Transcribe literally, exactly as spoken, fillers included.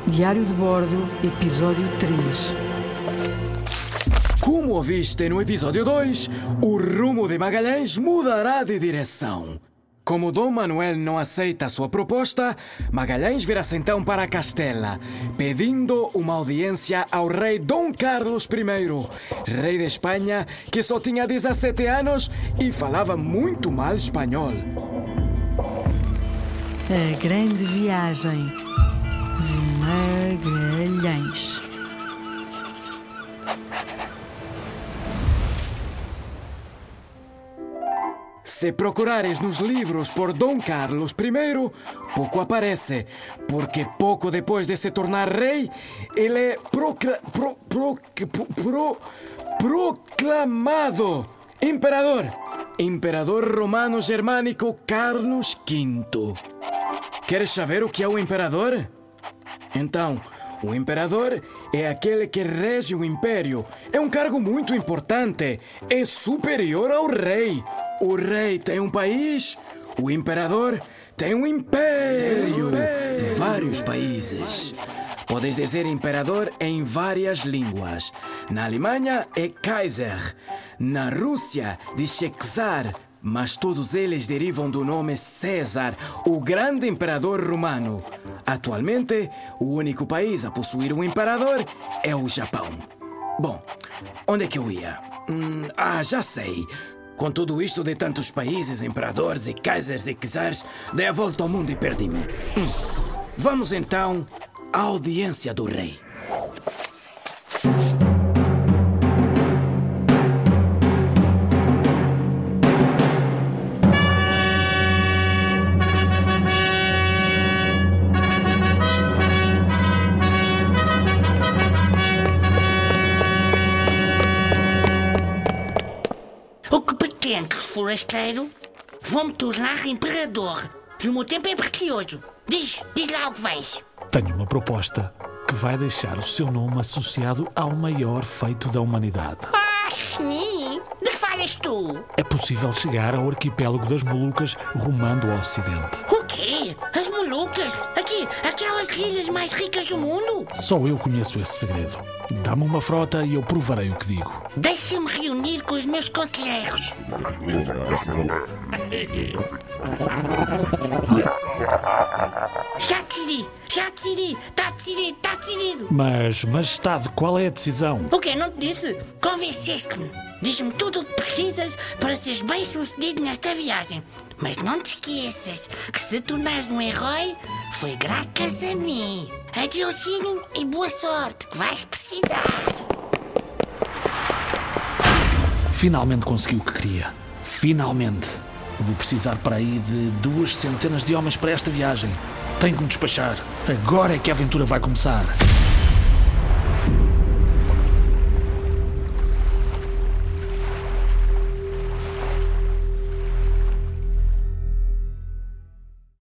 Diário de Bordo, episódio três. Como ouviste no episódio dois, o rumo de Magalhães mudará de direção. Como Dom Manuel não aceita a sua proposta, Magalhães vira-se então para Castela, pedindo uma audiência ao rei Dom Carlos I, rei de Espanha que só tinha dezessete anos e falava muito mal espanhol. A grande viagem de Magalhães. Se procurares nos livros por Dom Carlos I, pouco aparece, porque pouco depois de se tornar rei, ele é procla, pro, pro, pro, pro, proclamado imperador. Imperador romano germânico Carlos quinto. Queres saber o que é o imperador? Então, o imperador é aquele que rege o império. É um cargo muito importante. É superior ao rei. O rei tem um país, o imperador tem um império. Vários países. Podes dizer imperador em várias línguas. Na Alemanha é Kaiser. Na Rússia diz-se czar. Mas todos eles derivam do nome César, o grande imperador romano. Atualmente, o único país a possuir um imperador é o Japão. Bom, onde é que eu ia? Hum, ah, já sei. Com tudo isto de tantos países, imperadores e kaisers e czares, dei a volta ao mundo e perdi-me. Hum. Vamos então à audiência do rei. O que pretendes, forasteiro? Vou-me tornar imperador. E o meu tempo é precioso. Diz, diz lá o que vais. Tenho uma proposta que vai deixar o seu nome associado ao maior feito da humanidade. Ah, sim. De que falas tu? É possível chegar ao arquipélago das Molucas rumando ao ocidente. O quê? As Molucas? Aqui, aquelas ilhas mais ricas do mundo? Só eu conheço esse segredo. Dá-me uma frota e eu provarei o que digo. Deixa-me reunir com os meus conselheiros. Já decidi, já decidi, está decidido, está decidido. Mas, majestade, qual é a decisão? O quê? Não te disse? Convenceste-me. Diz-me tudo o que precisas para seres bem sucedido nesta viagem. Mas não te esqueças que se tornares um herói, foi graças a mim. Adeusinho e boa sorte, que vais precisar. Finalmente consegui o que queria. Finalmente. Vou precisar para aí de duas centenas de homens para esta viagem. Tenho que me despachar. Agora é que a aventura vai começar.